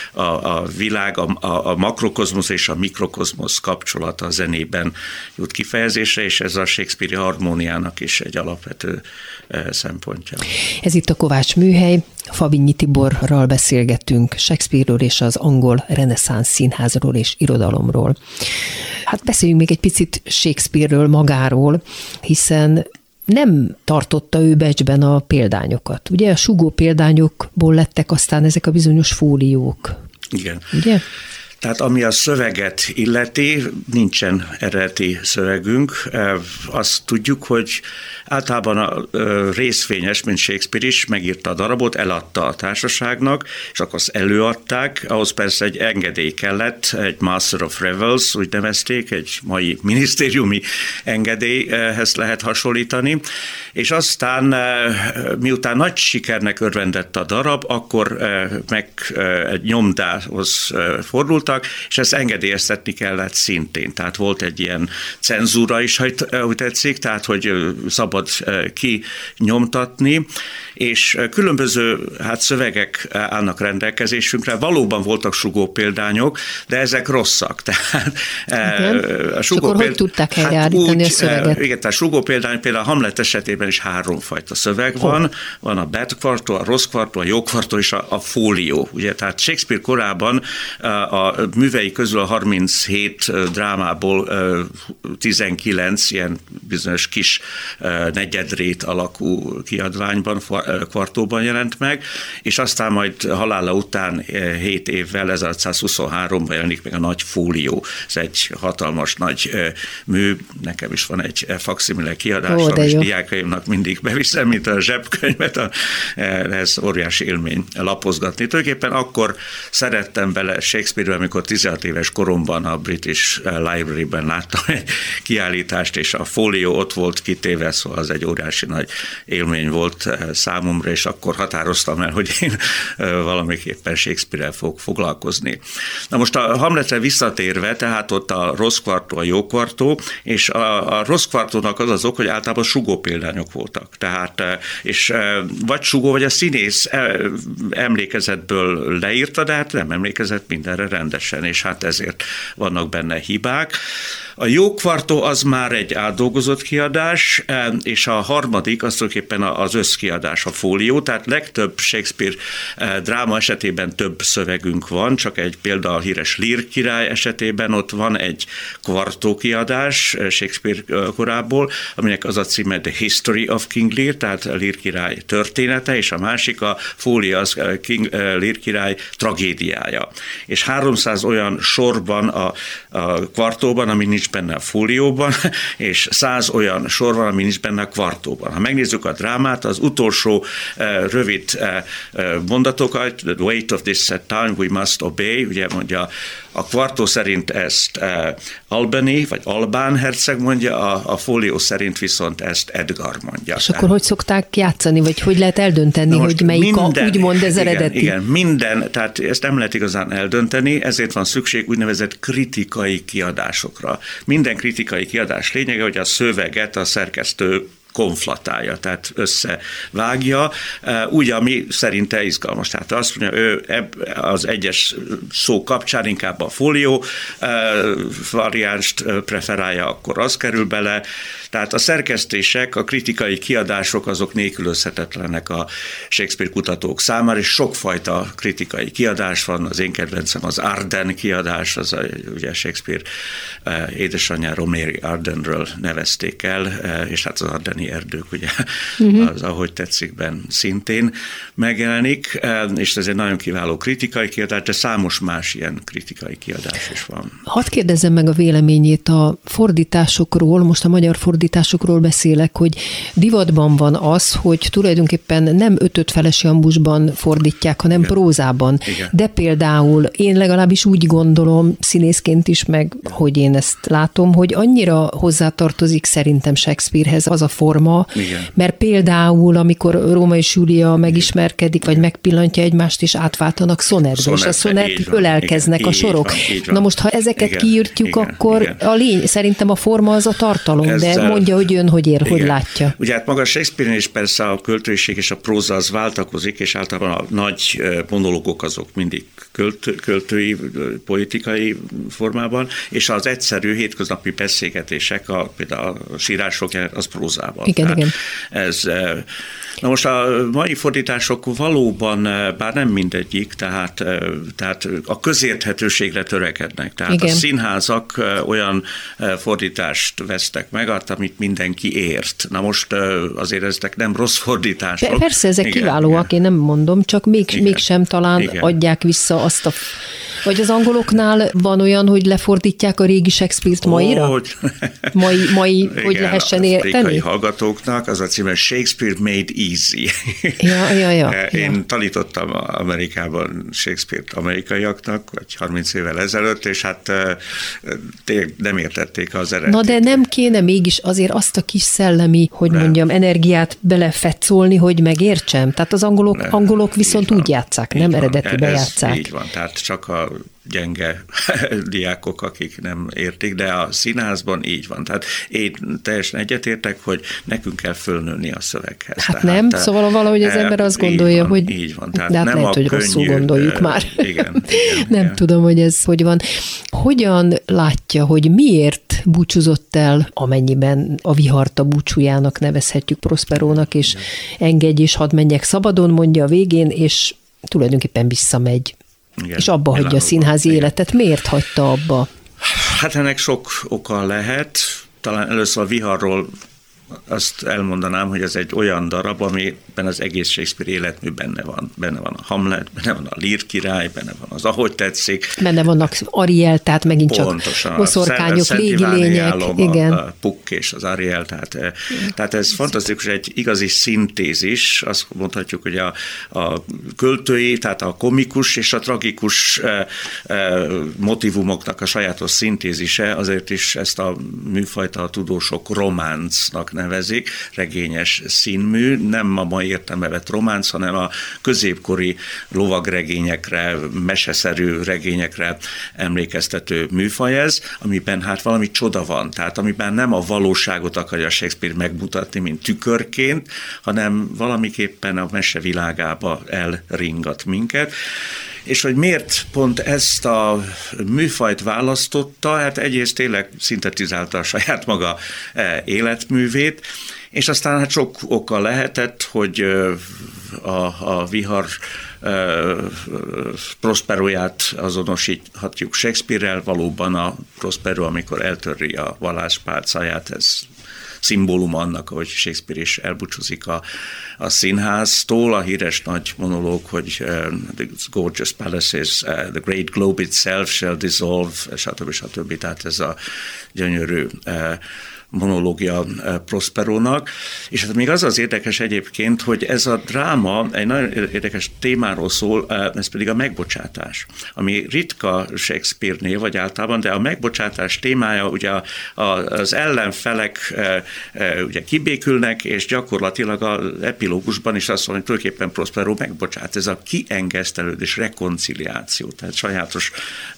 a világ, a makrokozmosz és a mikrokozmosz kapcsolata a zenében jut kifejezésre, és ez a Shakespeare-i harmóniának is egy alapvető szempontja. Ez itt a Kovács Műhely, Fabinyi Tiborral beszélgettünk Shakespeare-ről és az angol reneszánsz színházról és irodalomról. Hát beszéljünk még egy picit Shakespeare-ről magáról, hiszen nem tartotta ő becsben a példányokat. Ugye a sugó példányokból lettek aztán ezek a bizonyos fóliók. Igen. Ugye? Tehát ami a szöveget illeti, nincsen eredeti szövegünk. Azt tudjuk, hogy általában a részvényes, mint Shakespeare is, megírta a darabot, eladta a társaságnak, és akkor azt előadták. Ahhoz persze egy engedély kellett, egy Master of Revels, úgy nevezték, egy mai minisztériumi engedélyhez lehet hasonlítani. És aztán, miután nagy sikernek örvendett a darab, akkor meg egy nyomdához fordultak, és ezt engedélyeztetni kellett szintén. Tehát volt egy ilyen cenzúra is, ahogy tetszik, tehát hogy szabad kinyomtatni, és különböző szövegek állnak rendelkezésünkre. Valóban voltak sugó példányok, de ezek rosszak. Tehát, hogy tudták helyreállítani a szöveget? Igen, tehát sugó példány, például a Hamlet esetében is 3 fajta szöveg van. Van a bad quarto, a rossz quarto, a jó quarto és a fólió. Ugye, tehát Shakespeare korában a művei közül a 37 drámából 19 ilyen bizonyos kis negyedrét alakú kiadványban, kvartóban jelent meg, és aztán majd halála után 7 évvel, 1923-ban jelenik meg a nagy fólió. Ez egy hatalmas nagy mű, nekem is van egy faksimile kiadása, és diákaimnak mindig beviszem, mint a zsebkönyvet, ez óriási élmény lapozgatni. Tulajdonképpen akkor szerettem bele Shakespeare-ről, amikor 16 éves koromban a British Library-ben láttam egy kiállítást, és a fólió ott volt kitéve, szóval az egy óriási nagy élmény volt számomra, és akkor határoztam el, hogy én valamiképpen Shakespeare-rel fogok foglalkozni. Na most a Hamletre visszatérve, tehát ott a rossz kvartó, a jó kvartó, és a rossz kvartónak az az ok, hogy általában sugó példányok voltak. Tehát, és vagy sugó, vagy a színész emlékezetből leírta, de hát nem emlékezett mindenre rendesen. rendesen, és hát ezért vannak benne hibák. A jó kvartó az már egy átdolgozott kiadás, és a harmadik az tulajdonképpen az összkiadás, a fólió, tehát legtöbb Shakespeare dráma esetében több szövegünk van, csak egy példa a híres Lear király esetében, ott van egy kvartó kiadás Shakespeare korából, aminek az a címe The History of King Lear, tehát Lear király története, és a másik a fólia, az Lear király tragédiája. És 300 olyan sorban a kvartóban, ami nincs benne a fólióban, és 100 olyan sor van, ami nincs benne a kvartóban. Ha megnézzük a drámát, az utolsó rövid mondatokat, the weight of this set time we must obey, ugye mondja, a kvartó szerint ezt Albany, vagy Albán herceg mondja, a fólió szerint viszont ezt Edgar mondja. És akkor hogy szokták játszani, vagy hogy lehet eldönteni, hogy melyik úgymond ez eredeti? Igen, minden, tehát ezt nem lehet igazán eldönteni, ezért van szükség úgynevezett kritikai kiadásokra. Minden kritikai kiadás lényege, hogy a szöveget a szerkesztő konflatálja, tehát összevágja, úgy, ami szerinte izgalmas. Tehát azt mondja, ő az egyes szó kapcsán inkább a fólió variánst preferálja, akkor az kerül bele. Tehát a szerkesztések, a kritikai kiadások azok nélkülözhetetlenek a Shakespeare kutatók számára, és sokfajta kritikai kiadás van. Az én kedvencem az Arden kiadás, az ugye Shakespeare édesanyjáról, Mary Ardenről nevezték el, és hát az Ardeni erdők, ugye, az ahogy tetszikben szintén megjelenik, és ez egy nagyon kiváló kritikai kiadás, de számos más ilyen kritikai kiadás is van. Hadd kérdezzem meg a véleményét a fordításokról, most a magyar fordításokról beszélek, hogy divatban van az, hogy tulajdonképpen nem 5-5 feles jambusban fordítják, hanem prózában. Igen. De például én legalábbis úgy gondolom, színészként is, meg hogy én ezt látom, hogy annyira hozzátartozik szerintem Shakespearehez az a forma, igen. mert például, amikor Róma és Júlia megismerkedik, vagy megpillantja egymást, és átváltanak szonetbe, és a szonetből ölelkeznek a sorok. Na most, ha ezeket kiírtjuk, akkor szerintem a forma az a tartalom, de mondja, hogy ön hogy ér, hogy látja. Ugye hát maga Shakespeare is persze a költőiség és a próza az váltakozik, és általában a nagy monológok azok mindig költői, politikai formában, és az egyszerű hétköznapi beszélgetések, például a sírások, az prózában. Igen. Na most a mai fordítások valóban, bár nem mindegyik, tehát a közérthetőségre törekednek. Tehát igen. A színházak olyan fordítást vesztek meg, amit mindenki ért. Na most azért ezek nem rossz fordítások. Persze, ezek kiválóak, én nem mondom, csak mégsem talán adják vissza azt a... Vagy az angoloknál van olyan, hogy lefordítják a régi Shakespeare-t maira? Mai hogy lehessen érteni? Amerikai hallgatóknak az a címe Shakespeare Made Easy. Ja. Én tanítottam Amerikában Shakespeare-t amerikaiaknak, vagy 30 évvel ezelőtt, és hát nem értették az eredetét. Na de nem kéne mégis azért azt a kis szellemi, hogy mondjam, energiát belefetszolni, hogy megértsem? Tehát az angolok viszont úgy játsszák, nem eredetibe játsszák. Így van, tehát csak a gyenge diákok, akik nem értik, de a színházban így van. Tehát én teljesen egyetértek, hogy nekünk kell fölnőni a szöveghez. Hát nem, szóval valahogy az ember azt gondolja, van, hogy... Így van. Tehát de hát nem lehet, hogy rosszul gondoljuk már. Igen. Nem tudom, hogy ez hogy van. Hogyan látja, hogy miért búcsúzott el, amennyiben a Viharta búcsújának nevezhetjük Prosperónak, és engedj és hadd menjek szabadon, mondja a végén, és tulajdonképpen visszamegy. Igen, és abba hagyja a színházi életet. Miért hagyta abba? Hát ennek sok oka lehet. Talán először a Viharról azt elmondanám, hogy ez egy olyan darab, amiben az egész Shakespeare életmű benne van. Benne van a Hamlet, benne van a Lear király, benne van az Ahogy tetszik. Benne vannak Ariel, tehát megint csak boszorkányok, légilények. Igen. A Puck és az Ariel, tehát ez fantasztikus, egy igazi szintézis. Azt mondhatjuk, hogy a költői, tehát a komikus és a tragikus motivumoknak a sajátos szintézise, azért is ezt a műfajta a tudósok románcnak nevezik, regényes színmű, nem a mai értelemben vett románc, hanem a középkori lovagregényekre, meseszerű regényekre emlékeztető műfaj ez, amiben hát valami csoda van, tehát amiben nem a valóságot akarja Shakespeare megmutatni, mint tükörként, hanem valamiképpen a mese világába elringat minket. És hogy miért pont ezt a műfajt választotta, hát egyrészt tényleg szintetizálta a saját maga életművét, és aztán hát sok oka lehetett, hogy a vihar Prosperóját azonosíthatjuk Shakespeare-rel, valóban a Prospero, amikor eltörri a valáspálcáját, ez szimbólum annak, hogy Shakespeare is elbúcsúzik a színháztól, a híres nagy monológ, hogy the gorgeous palaces, the great globe itself shall dissolve, stb. Tehát ez a gyönyörű monológia Prosperónak. És hát még az az érdekes egyébként, hogy ez a dráma egy nagyon érdekes témáról szól, ez pedig a megbocsátás, ami ritka Shakespeare-nél, vagy általában, de a megbocsátás témája, ugye az ellenfelek ugye kibékülnek, és gyakorlatilag az epilógusban is azt mondja, hogy tulajdonképpen Prospero megbocsát. Ez a kiengesztelődés, rekonciliáció, tehát sajátos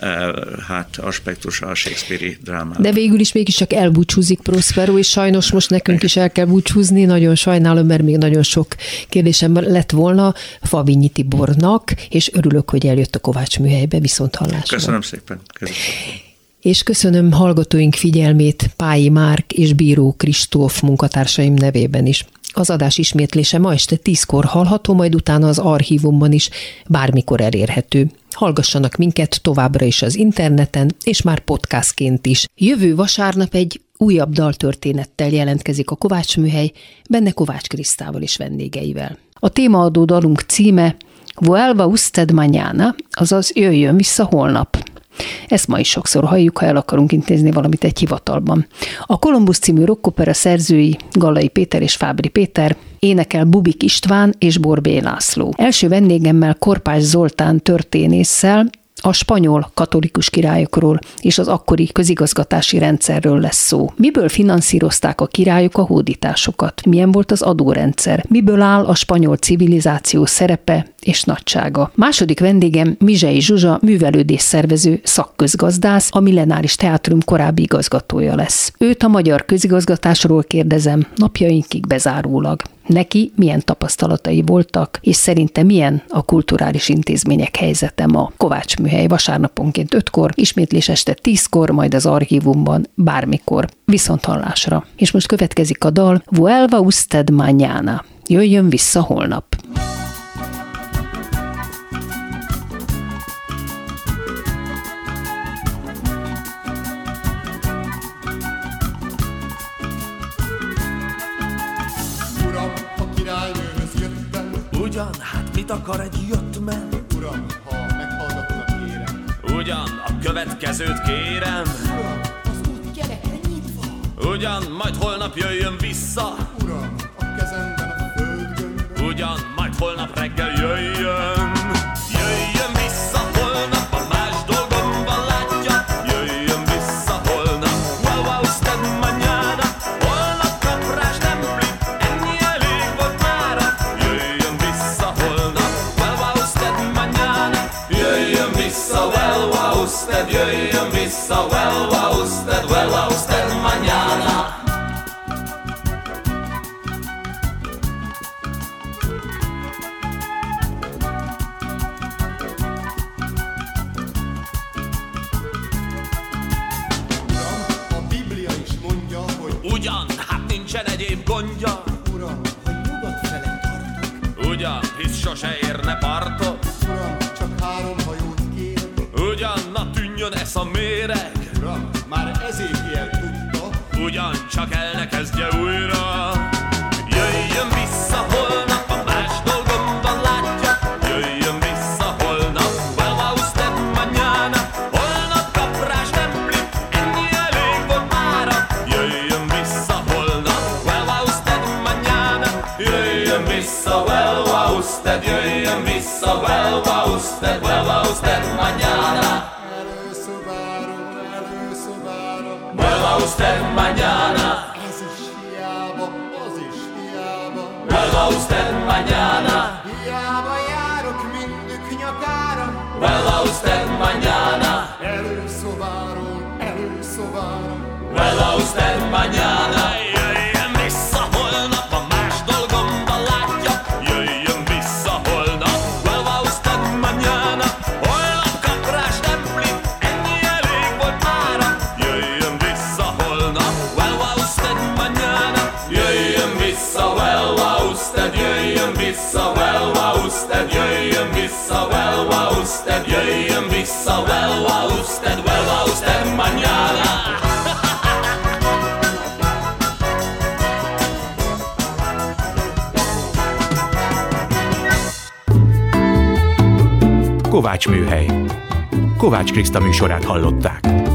aspektusa a Shakespeare-i drámának. De végül is mégiscsak elbúcsúzik Prospero, és sajnos most nekünk is el kell búcsúzni, nagyon sajnálom, mert még nagyon sok kérdésem lett volna Favinyi Tibornak, és örülök, hogy eljött a Kovács Műhelybe, viszonthallásra. Köszönöm szépen. És köszönöm hallgatóink figyelmét Pályi Márk és Bíró Kristóf munkatársaim nevében is. Az adás ismétlése ma este 10-kor hallható, majd utána az archívumban is bármikor elérhető. Hallgassanak minket továbbra is az interneten, és már podcastként is. Jövő vasárnap egy újabb daltörténettel jelentkezik a Kovács Műhely, benne Kovács Krisztával és vendégeivel. A témaadó dalunk címe Vuelva usted mañana, azaz jöjjön vissza holnap. Ezt ma is sokszor halljuk, ha el akarunk intézni valamit egy hivatalban. A Kolumbusz című rockopera szerzői Gallai Péter és Fábri Péter, énekel Bubik István és Borbély László. Első vendégemmel Korpás Zoltán történésszel a spanyol katolikus királyokról és az akkori közigazgatási rendszerről lesz szó. Miből finanszírozták a királyok a hódításokat? Milyen volt az adórendszer? Miből áll a spanyol civilizáció szerepe és nagysága? Második vendégem Mizsei Zsuzsa, művelődésszervező szakközgazdász, a Millenáris Teátrum korábbi igazgatója lesz. Őt a magyar közigazgatásról kérdezem, napjainkig bezárólag. Neki milyen tapasztalatai voltak, és szerinte milyen a kulturális intézmények helyzete ma. Kovács Műhely vasárnaponként 5-kor, ismétlés este 10-kor, majd az archívumban bármikor. Viszonthallásra. És most következik a dal Vuelva usted mañana. Jöjjön vissza holnap. Hát mit akar egy jöttmen? Uram, ha meghallgatnak, kérem. Ugyan, a következőt kérem. Uram, az út gyerekre nyitva. Ugyan, majd holnap jöjjön vissza. Uram, a kezemben a földgömböm. Ugyan, majd holnap reggel jöjjön. Jöjjön vissza holnap, a más dolgomban látja. Jöjjön vissza holnap. Vuelva usted mañana. Holnap kaprás nem blik, ennyi elég volt mára. Jöjjön vissza holnap. Vuelva usted mañana. Jöjjön vissza, vuelva usted. Jöjjön vissza, vuelva usted mañana. Ugyan, hát nincsen egyéb gondja. Uram, hogy nyugat fele tartok. Ugyan, hisz sose érne partot. Uram, csak 3 hajót kérem. Ugyan, na tűnjön ez a méreg. Uram, már Ezékiel tudta. Ugyan, csak el ne kezdje újra. Jöjjön vissza holnap, a más dolgomban látja. Jöjjön vissza holnap, vuelva usted mañana. Holnap kaprás nem blik, ennyi elég volt mára. Jöjjön vissza holnap, vuelva usted mañana. Jöjjön vissza, vuelva usted, jöjjön vissza, vuelva usted mañana. Először várom. Vuelva usted mañana. Ez is hiába, az is hiába. Vuelva usted mañana. Hiába járok mindük nyakára. Vuelva usted mañana. Előszobáról. Vuelva usted mañana. Jöjjön vissza holnap, a más dolgomban látja. Jöjjön vissza holnap. Vuelva usted mañana. usted, jöjjön vissza, well, usted, mañana. Kovács Műhely. Kovács Kriszta műsorát hallották.